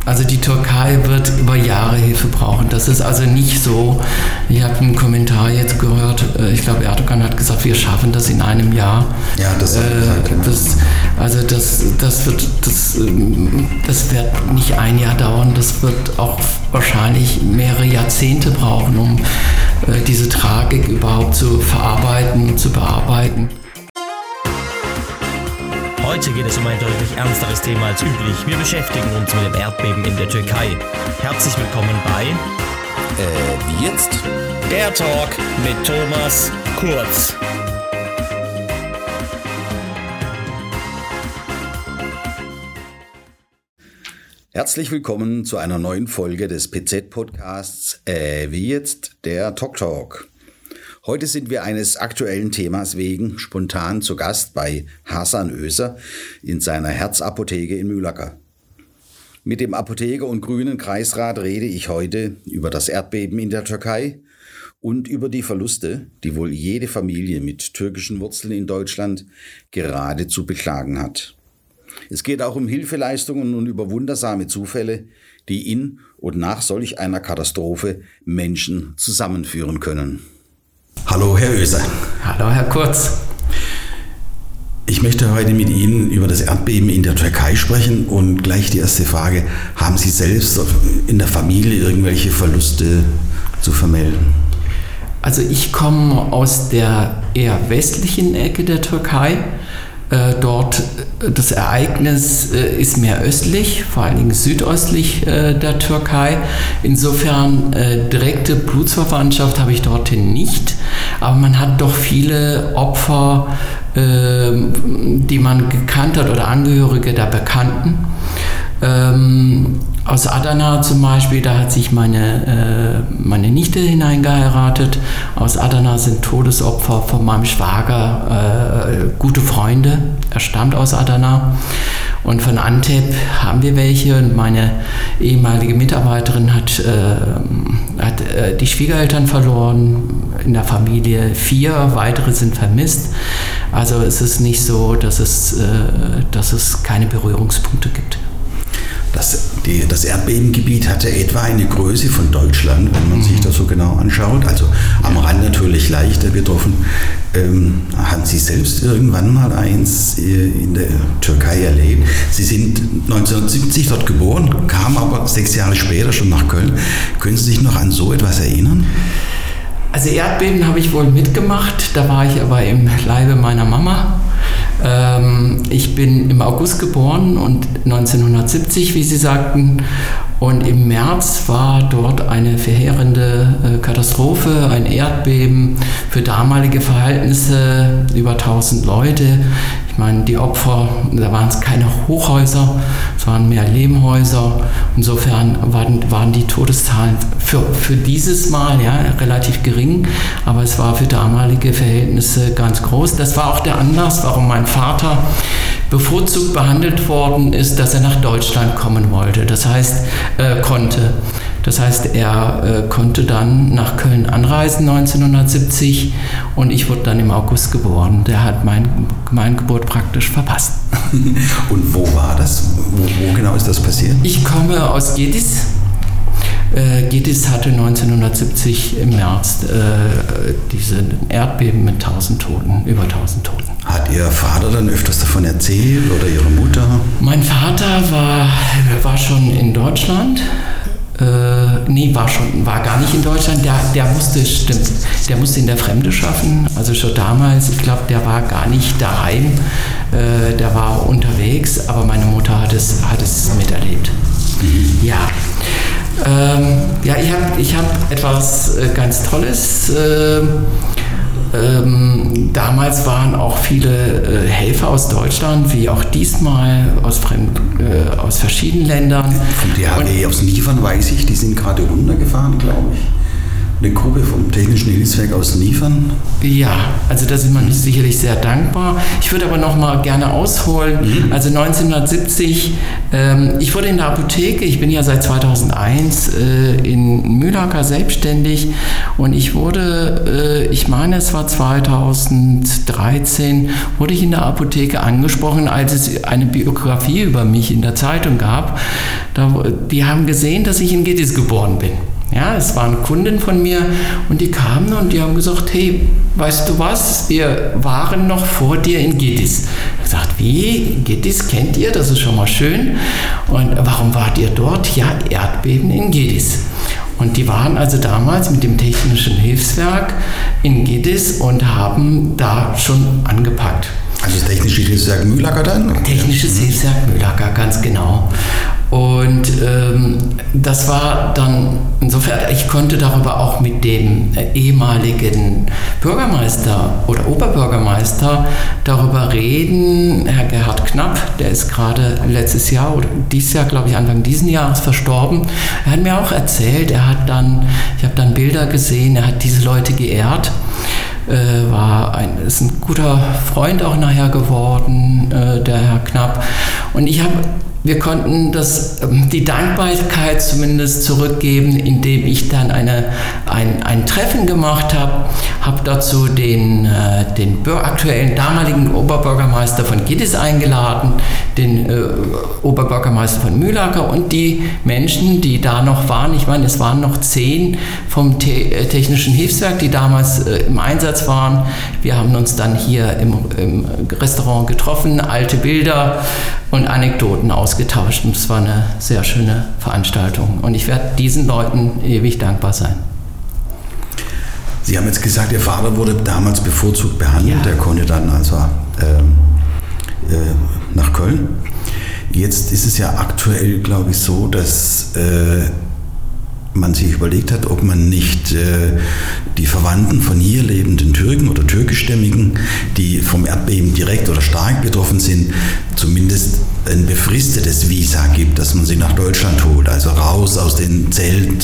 Also die Türkei wird über Jahre Hilfe brauchen. Das ist also nicht so, ich habe einen Kommentar jetzt gehört, ich glaube Erdogan hat gesagt, wir schaffen das in einem Jahr. Ja, das wird nicht ein Jahr dauern, das wird auch wahrscheinlich mehrere Jahrzehnte brauchen, um diese Tragik überhaupt zu verarbeiten und zu bearbeiten. Heute geht es um ein deutlich ernsteres Thema als üblich. Wir beschäftigen uns mit dem Erdbeben in der Türkei. Herzlich willkommen bei Wie jetzt? Der Talk mit Thomas Kurz. Herzlich willkommen zu einer neuen Folge des PZ-Podcasts Wie jetzt? Der Talk. Heute sind wir eines aktuellen Themas wegen spontan zu Gast bei Hasan Özer in seiner Herzapotheke in Mühlacker. Mit dem Apotheker und Grünen Kreisrat rede ich heute über das Erdbeben in der Türkei und über die Verluste, die wohl jede Familie mit türkischen Wurzeln in Deutschland gerade zu beklagen hat. Es geht auch um Hilfeleistungen und über wundersame Zufälle, die in und nach solch einer Katastrophe Menschen zusammenführen können. Hallo, Herr Özer. Hallo, Herr Kurz. Ich möchte heute mit Ihnen über das Erdbeben in der Türkei sprechen und gleich die erste Frage. Haben Sie selbst in der Familie irgendwelche Verluste zu vermelden? Also ich komme aus der eher westlichen Ecke der Türkei. Dort das Ereignis ist mehr östlich, vor allen Dingen südöstlich der Türkei. Insofern direkte Blutsverwandtschaft habe ich dorthin nicht. Aber man hat doch viele Opfer, die man gekannt hat oder Angehörige der Bekannten. Aus Adana zum Beispiel, da hat sich meine Nichte hineingeheiratet. Aus Adana sind Todesopfer von meinem Schwager gute Freunde. Er stammt aus Adana. Und von Antep haben wir welche. Und meine ehemalige Mitarbeiterin hat die Schwiegereltern verloren in der Familie. 4 weitere sind vermisst. Also es ist nicht so, dass es keine Berührungspunkte gibt. Das Erdbebengebiet hatte etwa eine Größe von Deutschland, wenn man sich das so genau anschaut. Also am Rand natürlich leichter betroffen. Haben Sie selbst irgendwann mal eins in der Türkei erlebt? Sie sind 1970 dort geboren, kamen aber 6 Jahre später schon nach Köln. Können Sie sich noch an so etwas erinnern? Also Erdbeben habe ich wohl mitgemacht, da war ich aber im Leibe meiner Mama. Ich bin im August geboren und 1970, wie Sie sagten, und im März war dort eine verheerende Katastrophe, ein Erdbeben für damalige Verhältnisse, über 1000 Leute. Ich meine, die Opfer, da waren es keine Hochhäuser, es waren mehr Lehmhäuser. Insofern waren die Todeszahlen für dieses Mal relativ gering, aber es war für damalige Verhältnisse ganz groß. Das war auch der Anlass, warum mein Vater bevorzugt behandelt worden ist, dass er nach Deutschland kommen wollte. Das heißt, konnte. Das heißt, er konnte dann nach Köln anreisen 1970 und ich wurde dann im August geboren. Der hat meine Geburt praktisch verpasst. Und wo war das? Wo genau ist das passiert? Ich komme aus Gediz. Gediz hatte 1970 im März diese Erdbeben mit 1000 Toten, über 1000 Toten. Hat Ihr Vater dann öfters davon erzählt oder Ihre Mutter? Mein Vater war schon in Deutschland. War gar nicht in Deutschland. Der musste in der Fremde schaffen. Also schon damals, ich glaube, der war gar nicht daheim. Der war unterwegs, aber meine Mutter hat es miterlebt. Ja. Ich hab etwas ganz Tolles. Damals waren auch viele Helfer aus Deutschland, wie auch diesmal aus verschiedenen Ländern. Vom DHW aus Liefern weiß ich, die sind gerade runtergefahren, glaube ich. Eine Gruppe vom Technischen Hilfswerk aus Niefern? Ja, also da sind wir sicherlich sehr dankbar. Ich würde aber noch mal gerne ausholen. Also 1970, ich wurde in der Apotheke, ich bin ja seit 2001 in Mühlacker selbstständig und ich wurde, ich meine es war 2013, wurde ich in der Apotheke angesprochen, als es eine Biografie über mich in der Zeitung gab. Die haben gesehen, dass ich in Giddis geboren bin. Ja, es waren Kunden von mir und die kamen und die haben gesagt, hey, weißt du was, wir waren noch vor dir in Giddis. Ich habe gesagt, wie? Giddis kennt ihr? Das ist schon mal schön. Und warum wart ihr dort? Ja, Erdbeben in Giddis. Und die waren also damals mit dem Technischen Hilfswerk in Giddis und haben da schon angepackt. Also das Technische Hilfswerk Mühlacker dann? Technisches Hilfswerk Mühlacker, ganz genau. Und das war dann, insofern, ich konnte darüber auch mit dem ehemaligen Bürgermeister oder Oberbürgermeister darüber reden. Herr Gerhard Knapp, der ist gerade letztes Jahr oder dieses Jahr, glaube ich, Anfang diesen Jahres verstorben. Er hat mir auch erzählt, ich habe dann Bilder gesehen, er hat diese Leute geehrt. Ist ein guter Freund auch nachher geworden, der Herr Knapp. Und wir konnten die Dankbarkeit zumindest zurückgeben, indem ich dann ein Treffen gemacht habe dazu den aktuellen damaligen Oberbürgermeister von Giddis eingeladen, den Oberbürgermeister von Mühlacker und die Menschen, die da noch waren. Ich meine, es waren noch 10 vom Technischen Hilfswerk, die damals im Einsatz waren. Wir haben uns dann hier im Restaurant getroffen, alte Bilder und Anekdoten ausgetauscht. Und es war eine sehr schöne Veranstaltung. Und ich werde diesen Leuten ewig dankbar sein. Sie haben jetzt gesagt, Ihr Vater wurde damals bevorzugt behandelt. Ja. Er konnte dann also nach Köln. Jetzt ist es ja aktuell, glaube ich, so, dass man sich überlegt hat, ob man nicht die Verwandten von hier lebenden Türken oder türkischstämmigen, die vom Erdbeben direkt oder stark betroffen sind, zumindest ein befristetes Visa gibt, dass man sie nach Deutschland holt, also raus aus den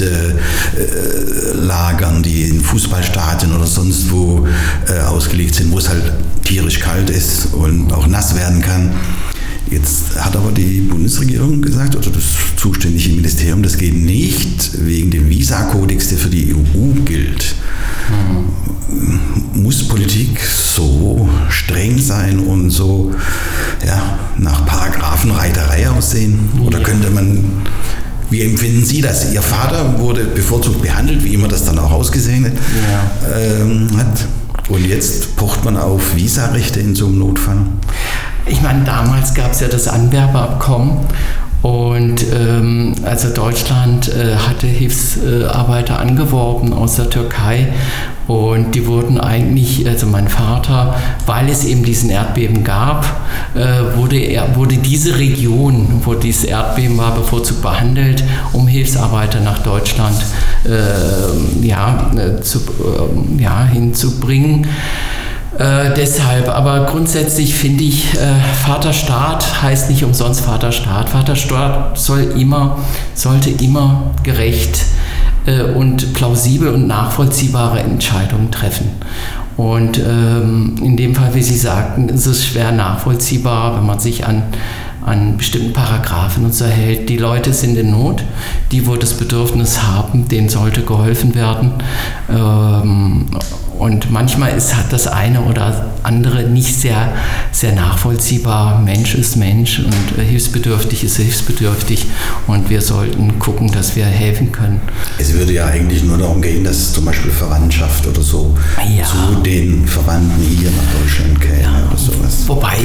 Zeltlagern, die in Fußballstadien oder sonst wo ausgelegt sind, wo es halt tierisch kalt ist und auch nass werden kann. Jetzt hat aber die Bundesregierung gesagt, oder das zuständige Ministerium, das geht nicht wegen dem Visa-Kodex, der für die EU gilt. Muss Politik so streng sein und so nach Paragraphenreiterei aussehen? Oder könnte man, wie empfinden Sie das? Ihr Vater wurde bevorzugt behandelt, wie immer das dann auch ausgesehen hat. Und jetzt pocht man auf Visarechte in so einem Notfall? Ich meine, damals gab es ja das Anwerbeabkommen und also Deutschland hatte Hilfsarbeiter angeworben aus der Türkei und die wurden eigentlich, also mein Vater, weil es eben diesen Erdbeben gab, wurde diese Region, wo dieses Erdbeben war, bevorzugt behandelt, um Hilfsarbeiter nach Deutschland hinzubringen. Deshalb, aber grundsätzlich finde ich, Vaterstaat heißt nicht umsonst Vaterstaat. Vaterstaat sollte immer gerecht und plausibel und nachvollziehbare Entscheidungen treffen. Und in dem Fall, wie Sie sagten, ist es schwer nachvollziehbar, wenn man sich an bestimmten Paragraphen und so hält. Die Leute sind in Not, die, wo das Bedürfnis haben, denen sollte geholfen werden. Und manchmal hat das eine oder andere nicht sehr, sehr nachvollziehbar. Mensch ist Mensch und hilfsbedürftig ist hilfsbedürftig und wir sollten gucken, dass wir helfen können. Es würde ja eigentlich nur darum gehen, dass zum Beispiel Verwandtschaft oder so zu den Verwandten hier nach Deutschland käme oder sowas. Wobei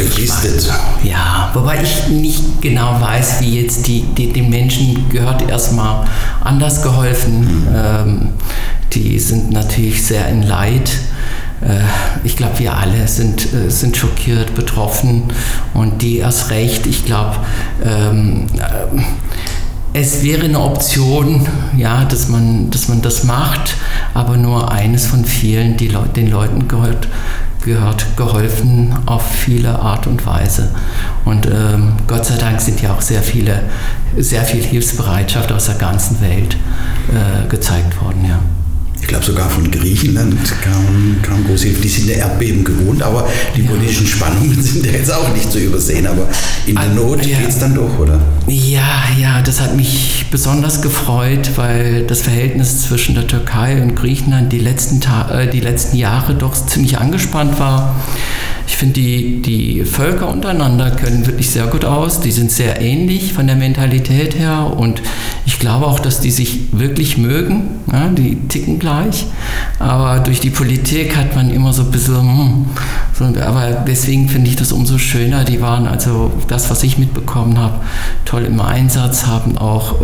ich nicht genau weiß, wie jetzt den Menschen gehört erstmal anders geholfen. Die sind natürlich sehr in Leid. Ich glaube, wir alle sind schockiert, betroffen und die erst recht. Ich glaube, es wäre eine Option, dass man das macht, aber nur eines von vielen, den Leuten gehört geholfen auf viele Art und Weise. Und Gott sei Dank sind ja auch sehr viel Hilfsbereitschaft aus der ganzen Welt gezeigt worden, ja. Ich glaube sogar von Griechenland kam große Hilfe. Die sind der Erdbeben gewohnt, aber die politischen Spannungen sind ja jetzt auch nicht zu übersehen. Aber in der Not geht es dann doch, oder? Ja, das hat mich besonders gefreut, weil das Verhältnis zwischen der Türkei und Griechenland die letzten Jahre doch ziemlich angespannt war. Ich finde, die Völker untereinander können wirklich sehr gut aus. Die sind sehr ähnlich von der Mentalität her und ich glaube auch, dass die sich wirklich mögen. Ja, die ticken gleich. Aber durch die Politik hat man immer so ein bisschen, aber deswegen finde ich das umso schöner. Die waren also das, was ich mitbekommen habe, toll im Einsatz, haben auch,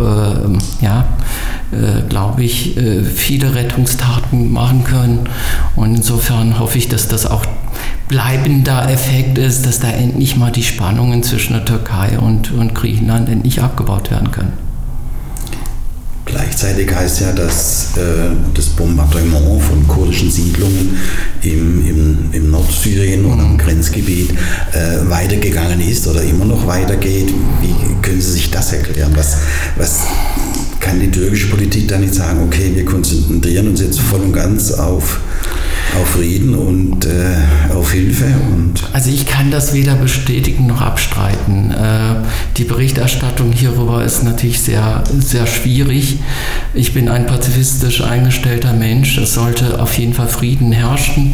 glaube ich, viele Rettungstaten machen können. Und insofern hoffe ich, dass das auch bleibender Effekt ist, dass da endlich mal die Spannungen zwischen der Türkei und Griechenland endlich abgebaut werden können. Gleichzeitig heißt ja, dass das Bombardement von kurdischen Siedlungen im Nordsyrien oder im Grenzgebiet weitergegangen ist oder immer noch weitergeht. Wie können Sie sich das erklären? Was kann die türkische Politik da nicht sagen, okay, wir konzentrieren uns jetzt voll und ganz auf Frieden und auf Hilfe? Also ich kann das weder bestätigen noch abstreiten. Die Berichterstattung hierüber ist natürlich sehr, sehr schwierig. Ich bin ein pazifistisch eingestellter Mensch. Es sollte auf jeden Fall Frieden herrschen.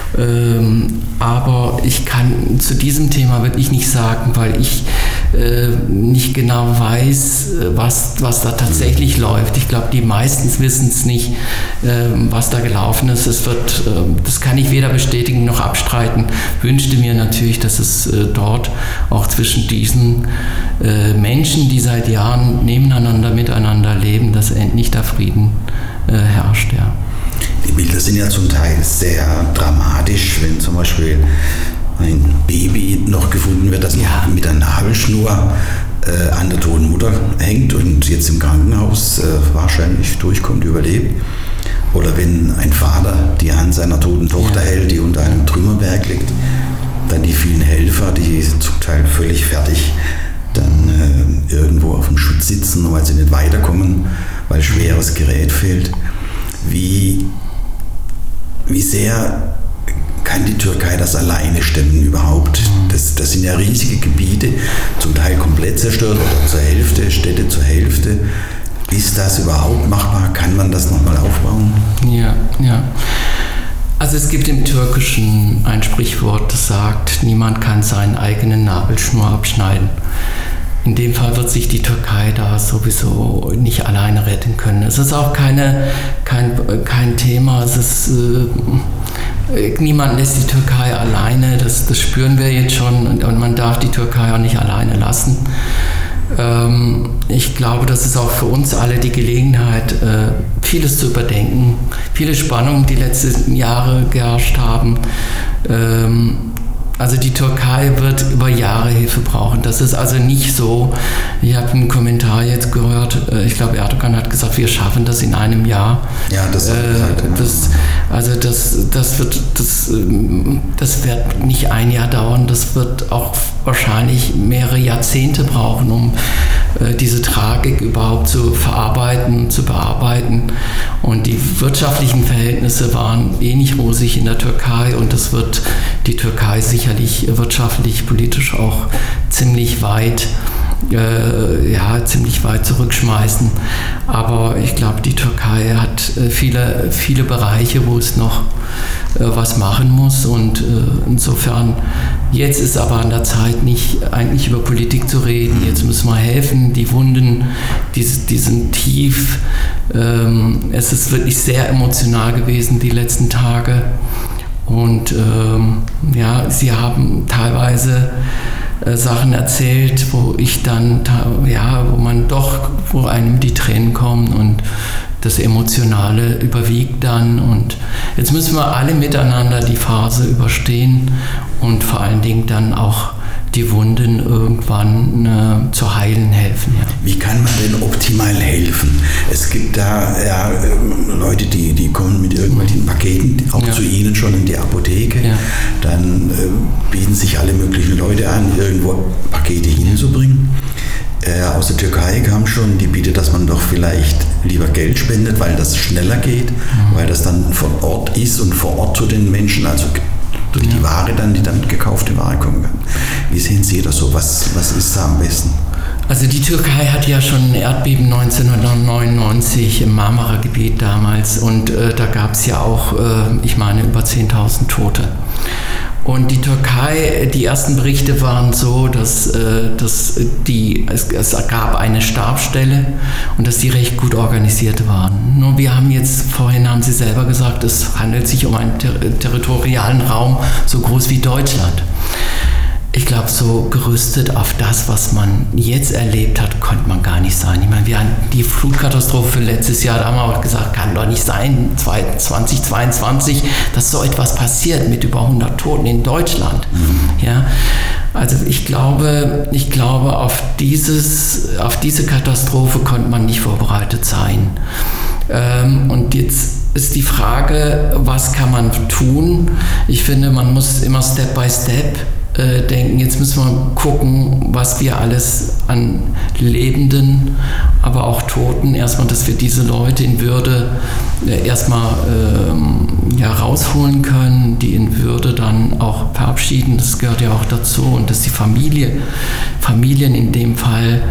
Aber ich kann zu diesem Thema wirklich nicht sagen, weil ich nicht genau weiß, was da tatsächlich läuft. Ich glaube, die meisten wissen es nicht, was da gelaufen ist. Das kann ich weder bestätigen noch abstreiten. Wünschte mir natürlich, dass es dort auch zwischen diesen Menschen, die seit Jahren miteinander leben, dass endlich da Frieden herrscht. Ja. Die Bilder sind ja zum Teil sehr dramatisch, wenn zum Beispiel ein Baby noch gefunden wird, das mit einer Nabelschnur an der toten Mutter hängt und jetzt im Krankenhaus wahrscheinlich durchkommt, überlebt. Oder wenn ein Vater die Hand seiner toten Tochter hält, die unter einem Trümmerberg liegt, dann die vielen Helfer, die zum Teil völlig fertig dann irgendwo auf dem Schutz sitzen, weil sie nicht weiterkommen, weil schweres Gerät fehlt. Wie sehr kann die Türkei das alleine stemmen überhaupt? Das sind ja riesige Gebiete, zum Teil komplett zerstört oder zur Hälfte, Städte zur Hälfte. Ist das überhaupt machbar? Kann man das nochmal aufbauen? Ja. Also es gibt im Türkischen ein Sprichwort, das sagt, niemand kann seinen eigenen Nabelschnur abschneiden. In dem Fall wird sich die Türkei da sowieso nicht alleine retten können. Es ist auch kein Thema. Es ist, niemand lässt die Türkei alleine. Das spüren wir jetzt schon und man darf die Türkei auch nicht alleine lassen. Ich glaube, das ist auch für uns alle die Gelegenheit, vieles zu überdenken. Viele Spannungen, die letzten Jahre geherrscht haben. Also die Türkei wird über Jahre Hilfe brauchen. Das ist also nicht so, ich habe einen Kommentar jetzt gehört, ich glaube Erdogan hat gesagt, wir schaffen das in einem Jahr. Ja, das wird nicht ein Jahr dauern, das wird auch wahrscheinlich mehrere Jahrzehnte brauchen, um diese Tragik überhaupt zu verarbeiten, zu bearbeiten. Und die wirtschaftlichen Verhältnisse waren nicht rosig in der Türkei und das wird die Türkei sicherlich wirtschaftlich, politisch auch ziemlich weit zurückschmeißen. Aber ich glaube, die Türkei hat viele Bereiche, wo es noch was machen muss und insofern, jetzt ist aber an der Zeit, nicht eigentlich über Politik zu reden. Jetzt müssen wir helfen, die Wunden, die sind tief. Es ist wirklich sehr emotional gewesen die letzten Tage und sie haben teilweise Sachen erzählt, wo einem die Tränen kommen und das Emotionale überwiegt dann und jetzt müssen wir alle miteinander die Phase überstehen und vor allen Dingen dann auch die Wunden irgendwann zu heilen helfen. Ja. Wie kann man denn optimal helfen? Es gibt da Leute, die kommen mit irgendwelchen Paketen, auch zu Ihnen schon in die Apotheke. Ja. Dann bieten sich alle möglichen Leute an, irgendwo Pakete hinzubringen. Aus der Türkei kam schon die Bitte, dass man doch vielleicht lieber Geld spendet, weil das schneller geht, weil das dann vor Ort ist und vor Ort zu den Menschen, also durch die Ware dann, die damit gekaufte Ware kommen kann. Wie sehen Sie das so? Was ist da am besten? Also die Türkei hat ja schon ein Erdbeben 1999 im Marmara-Gebiet damals und da gab es ja auch, ich meine, über 10.000 Tote. Und die Türkei, die ersten Berichte waren so, dass es gab eine Stabsstelle und dass die recht gut organisiert waren. Nur wir haben jetzt, vorhin haben Sie selber gesagt, es handelt sich um einen territorialen Raum so groß wie Deutschland. Ich glaube, so gerüstet auf das, was man jetzt erlebt hat, konnte man gar nicht sein. Ich meine, wir hatten die Flutkatastrophe letztes Jahr, da haben wir auch gesagt, kann doch nicht sein, 2022, dass so etwas passiert mit über 100 Toten in Deutschland. Ja, also ich glaube, auf diese Katastrophe konnte man nicht vorbereitet sein. Und jetzt ist die Frage, was kann man tun? Ich finde, man muss immer Step by Step denken, jetzt müssen wir gucken, was wir alles an Lebenden, aber auch Toten, erstmal, dass wir diese Leute in Würde erstmal rausholen können, die in Würde dann auch verabschieden, das gehört ja auch dazu, und dass die Familien in dem Fall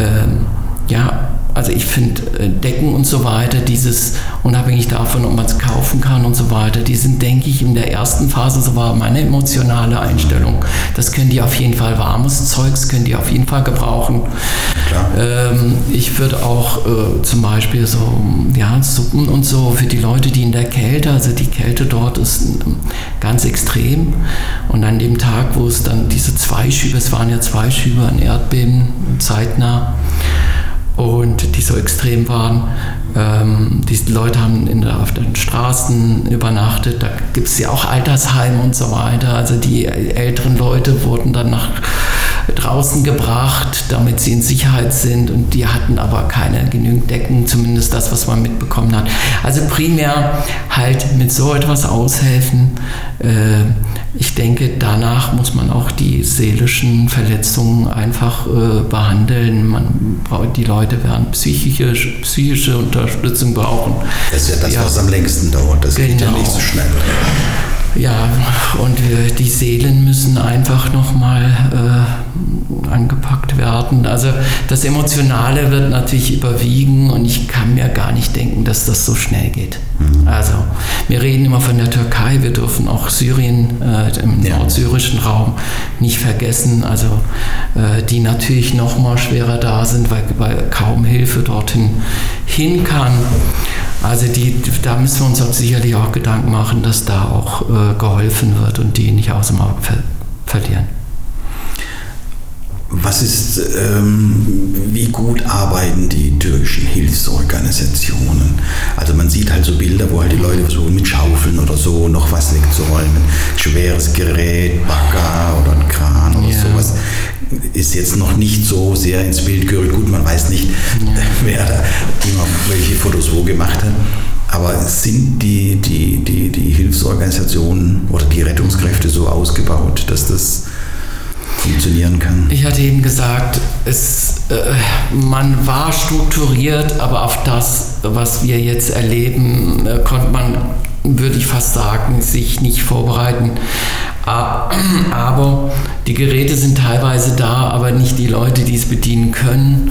also ich finde, Decken und so weiter, dieses unabhängig davon, ob man es kaufen kann und so weiter, die sind, denke ich, in der ersten Phase, so war meine emotionale Einstellung. Das können die auf jeden Fall, warmes Zeugs können die auf jeden Fall gebrauchen. Klar. Ich würde auch zum Beispiel so, Suppen und so für die Leute, die in der Kälte, also die Kälte dort ist ganz extrem. Und an dem Tag, wo es dann diese 2 Schübe, es waren ja 2 Schübe an Erdbeben, zeitnah, und die so extrem waren. Die Leute haben auf den Straßen übernachtet, da gibt es ja auch Altersheime und so weiter. Also die älteren Leute wurden dann nach draußen gebracht, damit sie in Sicherheit sind, und die hatten aber keine genügend Decken, zumindest das, was man mitbekommen hat. Also primär halt mit so etwas aushelfen. Ich denke, danach muss man auch die seelischen Verletzungen einfach behandeln. Die Leute werden psychische Unterstützung brauchen. Das ist ja das, was am längsten dauert. Das geht ja nicht so schnell. Ja, und die Seelen müssen einfach nochmal angepackt werden. Also das Emotionale wird natürlich überwiegen, und ich kann mir gar nicht denken, dass das so schnell geht. Also wir reden immer von der Türkei, wir dürfen auch Syrien, im nordsyrischen Raum nicht vergessen, also die natürlich nochmal schwerer da sind, weil kaum Hilfe dorthin hin kann. Also da müssen wir uns auch sicherlich auch Gedanken machen, dass da auch geholfen wird und die nicht aus dem Auge verlieren. Wie gut arbeiten die türkischen Hilfsorganisationen? Also man sieht halt so Bilder, wo halt die Leute versuchen mit Schaufeln oder so noch was wegzuräumen. Schweres Gerät, Bagger oder ein Kran oder sowas. Ist jetzt noch nicht so sehr ins Bild gerückt. Gut, man weiß nicht, wer da immer welche Fotos wo gemacht hat. Aber sind die Hilfsorganisationen oder die Rettungskräfte so ausgebaut, dass das funktionieren kann? Ich hatte eben gesagt, man war strukturiert, aber auf das, was wir jetzt erleben, konnte man, würde ich fast sagen, sich nicht vorbereiten. Aber die Geräte sind teilweise da, aber nicht die Leute, die es bedienen können.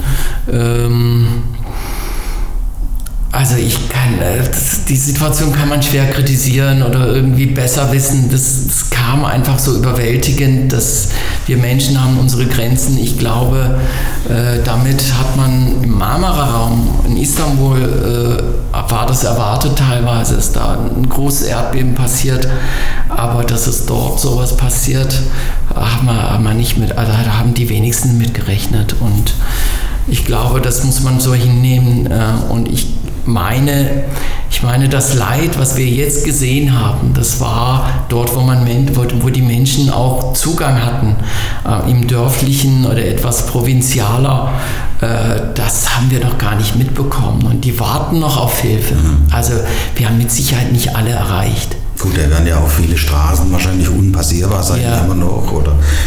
Also die Situation kann man schwer kritisieren oder irgendwie besser wissen. Das kam einfach so überwältigend, dass wir Menschen haben unsere Grenzen. Ich glaube, damit hat man im Marmara-Raum in Istanbul, war das erwartet teilweise, ist da ein großes Erdbeben passiert, aber dass es dort sowas passiert, haben wir nicht mit, also da haben die wenigsten mit gerechnet, und ich glaube, das muss man so hinnehmen, und ich meine, das Leid, was wir jetzt gesehen haben, das war dort, wo die Menschen auch Zugang hatten, im dörflichen oder etwas provinzialer, das haben wir noch gar nicht mitbekommen, und die warten noch auf Hilfe. Also wir haben mit Sicherheit nicht alle erreicht. Gut, da werden ja auch viele Straßen wahrscheinlich unpassierbar sein, immer noch, oder?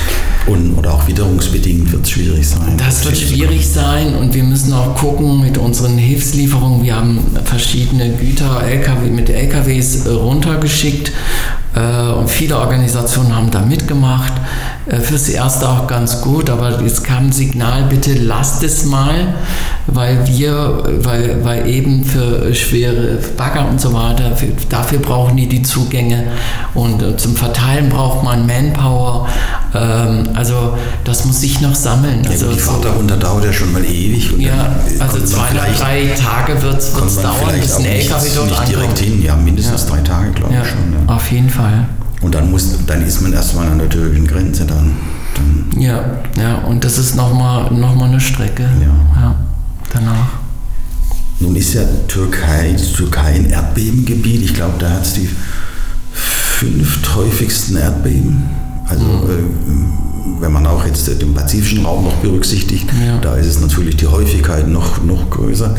Oder auch witterungsbedingt wird es schwierig sein. Das wird schwierig sein und wir müssen auch gucken mit unseren Hilfslieferungen. Wir haben verschiedene Güter mit LKWs runtergeschickt und viele Organisationen haben da mitgemacht. Fürs Erste auch ganz gut, aber jetzt kam ein Signal, bitte lasst es mal, weil eben für schwere Bagger und so weiter, dafür brauchen die Zugänge und zum Verteilen braucht man Manpower. Also das muss sich noch sammeln. Ja, also die Fahrt darunter dauert ja schon mal ewig. Und ja, also 3 Tage wird es dauern, bis ein LKW dort ankommt. Nicht direkt hin, ja, mindestens 3 Tage, glaube ich schon. Ja. Auf jeden Fall. Und dann ist man erstmal an der türkischen Grenze dann. Ja, und das ist nochmal eine Strecke. Ja, danach. Nun ist ja Türkei ein Erdbebengebiet. Ich glaube, da hat es die 5 häufigsten Erdbeben. Also wenn man auch jetzt den pazifischen Raum noch berücksichtigt, da ist es natürlich die Häufigkeit noch größer.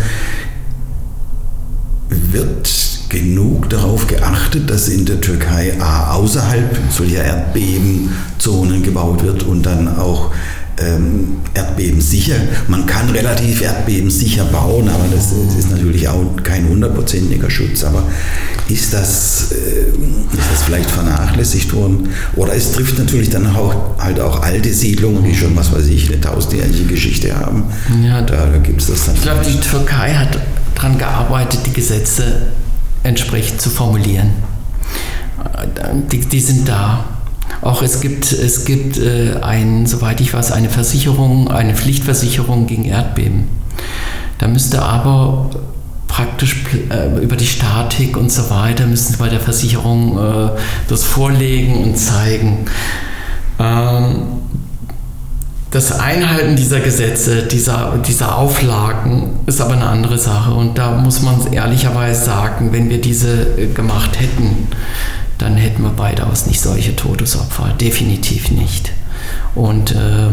Wird genug darauf geachtet, dass in der Türkei außerhalb solcher Erdbebenzonen gebaut wird und dann auch erdbebensicher. Man kann relativ erdbebensicher bauen, aber das ist natürlich auch kein 100%iger Schutz. Aber ist das vielleicht vernachlässigt worden? Oder es trifft natürlich dann halt auch alte Siedlungen, die schon, was weiß ich, eine tausendjährige Geschichte haben. Ja, da gibt es das dann. Ich glaube, die Türkei hat daran gearbeitet, die Gesetze entsprechend zu formulieren. Die sind da. Auch es gibt soweit ich weiß, eine Pflichtversicherung gegen Erdbeben. Da müsste aber praktisch über die Statik und so weiter, müssen Sie bei der Versicherung das vorlegen und zeigen. Das Einhalten dieser Gesetze, dieser Auflagen ist aber eine andere Sache. Und da muss man ehrlicherweise sagen, wenn wir diese gemacht hätten, dann hätten wir weitaus nicht solche Todesopfer. Definitiv nicht. Und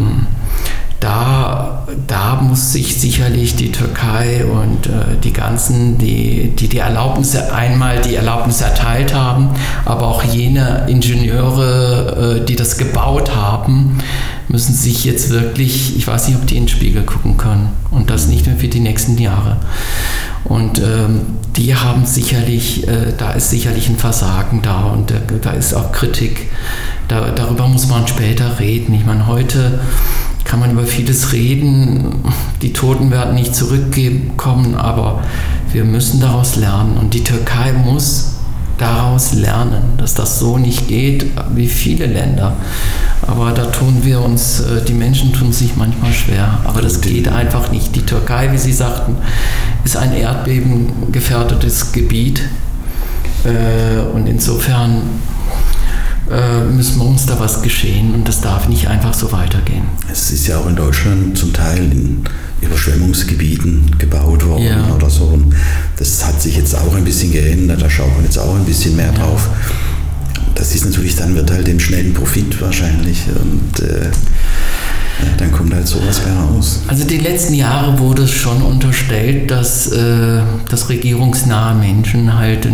da muss sich sicherlich die Türkei und die ganzen, die Erlaubnis erteilt haben, aber auch jene Ingenieure, die das gebaut haben, müssen sich jetzt wirklich, ich weiß nicht, ob die in den Spiegel gucken können und das nicht mehr für die nächsten Jahre. Und die haben sicherlich, da ist sicherlich ein Versagen da und da ist auch Kritik. Darüber muss man später reden. Ich meine, heute kann man über vieles reden. Die Toten werden nicht zurückkommen, aber wir müssen daraus lernen. Und die Türkei muss daraus lernen, dass das so nicht geht, wie viele Länder. Aber da die Menschen tun sich manchmal schwer. Aber das geht einfach nicht. Die Türkei, wie Sie sagten, ist ein erdbebengefährdetes Gebiet. Und insofern müssen wir uns da was geschehen und das darf nicht einfach so weitergehen. Es ist ja auch in Deutschland zum Teil in Überschwemmungsgebieten gebaut worden oder so. Und das hat sich jetzt auch ein bisschen geändert, da schaut man jetzt auch ein bisschen mehr drauf. Das ist natürlich, dann wird halt den schnellen Profit wahrscheinlich und dann kommt halt sowas bei raus. Also die letzten Jahre wurde es schon unterstellt, dass regierungsnahe Menschen halt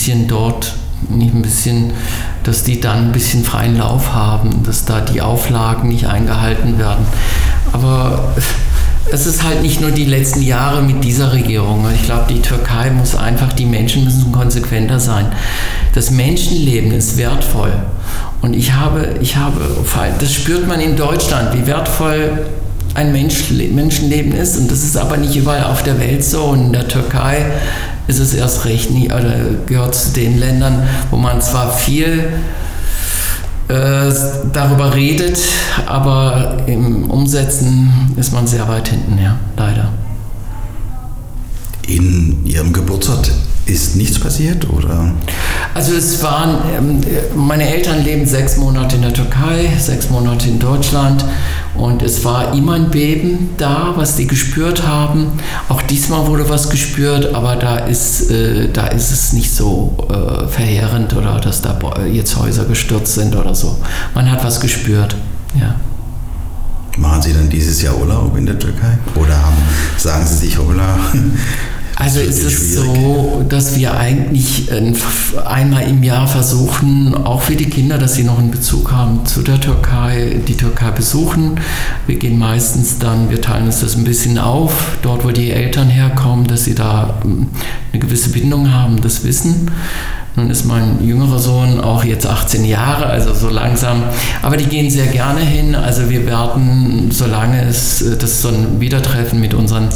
dass die dann ein bisschen freien Lauf haben, dass da die Auflagen nicht eingehalten werden. Aber es ist halt nicht nur die letzten Jahre mit dieser Regierung. Ich glaube, die Türkei die Menschen müssen konsequenter sein. Das Menschenleben ist wertvoll. Und das spürt man in Deutschland, wie wertvoll ein Menschenleben ist. Und das ist aber nicht überall auf der Welt so. Und in der Türkei ist es erst recht nie, oder gehört zu den Ländern, wo man zwar viel darüber redet, aber im Umsetzen ist man sehr weit hinten, ja, leider. In Ihrem Geburtsort ist nichts passiert, oder? Also meine Eltern leben 6 Monate in der Türkei, 6 Monate in Deutschland und es war immer ein Beben da, was die gespürt haben. Auch diesmal wurde was gespürt, aber da ist es nicht so verheerend oder dass da jetzt Häuser gestürzt sind oder so. Man hat was gespürt, ja. Machen Sie dann dieses Jahr Urlaub in der Türkei? Oder sagen Sie sich, holla, Also ist es so, dass wir eigentlich einmal im Jahr versuchen, auch für die Kinder, dass sie noch einen Bezug haben zu der Türkei, die Türkei besuchen. Wir gehen meistens dann, wir teilen uns das ein bisschen auf, dort wo die Eltern herkommen, dass sie da eine gewisse Bindung haben, das wissen. Nun ist mein jüngerer Sohn auch jetzt 18 Jahre, also so langsam. Aber die gehen sehr gerne hin. Also wir werden, solange das ist so ein Wiedertreffen mit unseren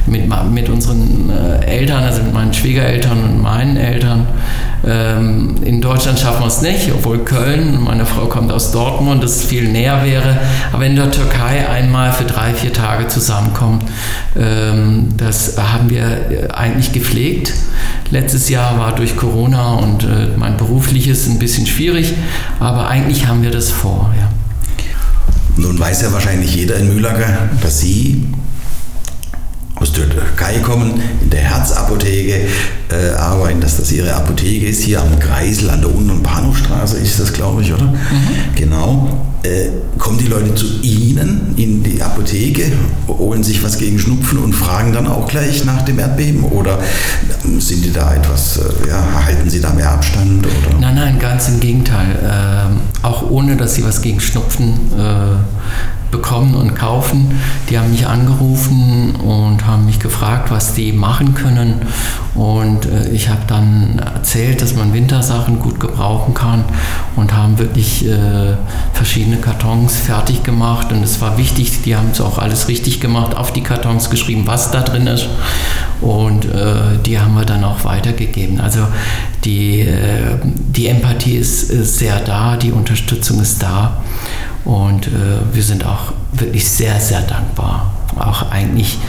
Eltern, also mit meinen Schwiegereltern und meinen Eltern. In Deutschland schaffen wir es nicht, obwohl Köln, meine Frau kommt aus Dortmund, das viel näher wäre. Aber in der Türkei einmal für 3-4 Tage zusammenkommen, das haben wir eigentlich gepflegt. Letztes Jahr war durch Corona und mein berufliches ein bisschen schwierig, aber eigentlich haben wir das vor. Ja. Nun weiß ja wahrscheinlich jeder in Mühlacker, dass Sie aus der Türkei kommen, in der Herzapotheke arbeiten, dass das Ihre Apotheke ist, hier am Kreisel, an der Un- und Bahnhofstraße ist das, glaube ich, oder? Mhm. Genau. Kommen die Leute zu Ihnen in die Apotheke, holen sich was gegen Schnupfen und fragen dann auch gleich nach dem Erdbeben? Oder sind die da etwas, halten Sie da mehr Abstand? Oder? Nein, ganz im Gegenteil. Auch ohne, dass sie was gegen Schnupfen bekommen und kaufen. Die haben mich angerufen und haben mich gefragt, was die machen können. Und ich habe dann erzählt, dass man Wintersachen gut gebrauchen kann und haben wirklich verschiedene Kartons fertig gemacht. Und es war wichtig, die haben es auch alles richtig gemacht, auf die Kartons geschrieben, was da drin ist. Und die haben wir dann auch weitergegeben. Also die Empathie ist sehr da, die Unterstützung ist da. Und wir sind auch wirklich sehr, sehr dankbar. Auch eigentlich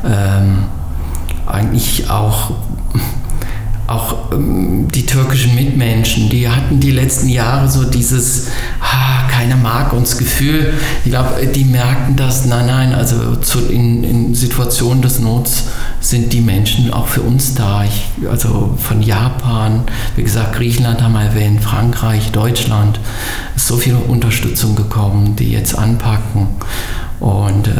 auch die türkischen Mitmenschen, die hatten die letzten Jahre so dieses keiner mag uns Gefühl. Ich glaube, die merken das, nein, also in Situationen des Nots sind die Menschen auch für uns da. Also von Japan, wie gesagt, Griechenland haben wir erwähnt, Frankreich, Deutschland, ist so viel Unterstützung gekommen, die jetzt anpacken. Und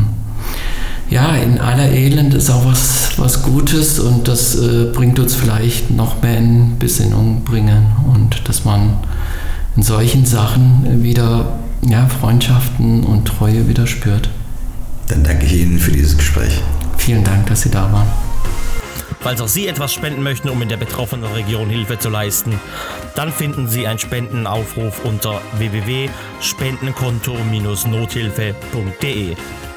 in aller Elend ist auch was Gutes und das bringt uns vielleicht noch mehr in Besinnung bringen und dass man in solchen Sachen wieder Freundschaften und Treue wieder spürt. Dann danke ich Ihnen für dieses Gespräch. Vielen Dank, dass Sie da waren. Falls auch Sie etwas spenden möchten, um in der betroffenen Region Hilfe zu leisten, dann finden Sie einen Spendenaufruf unter www.spendenkonto-nothilfe.de.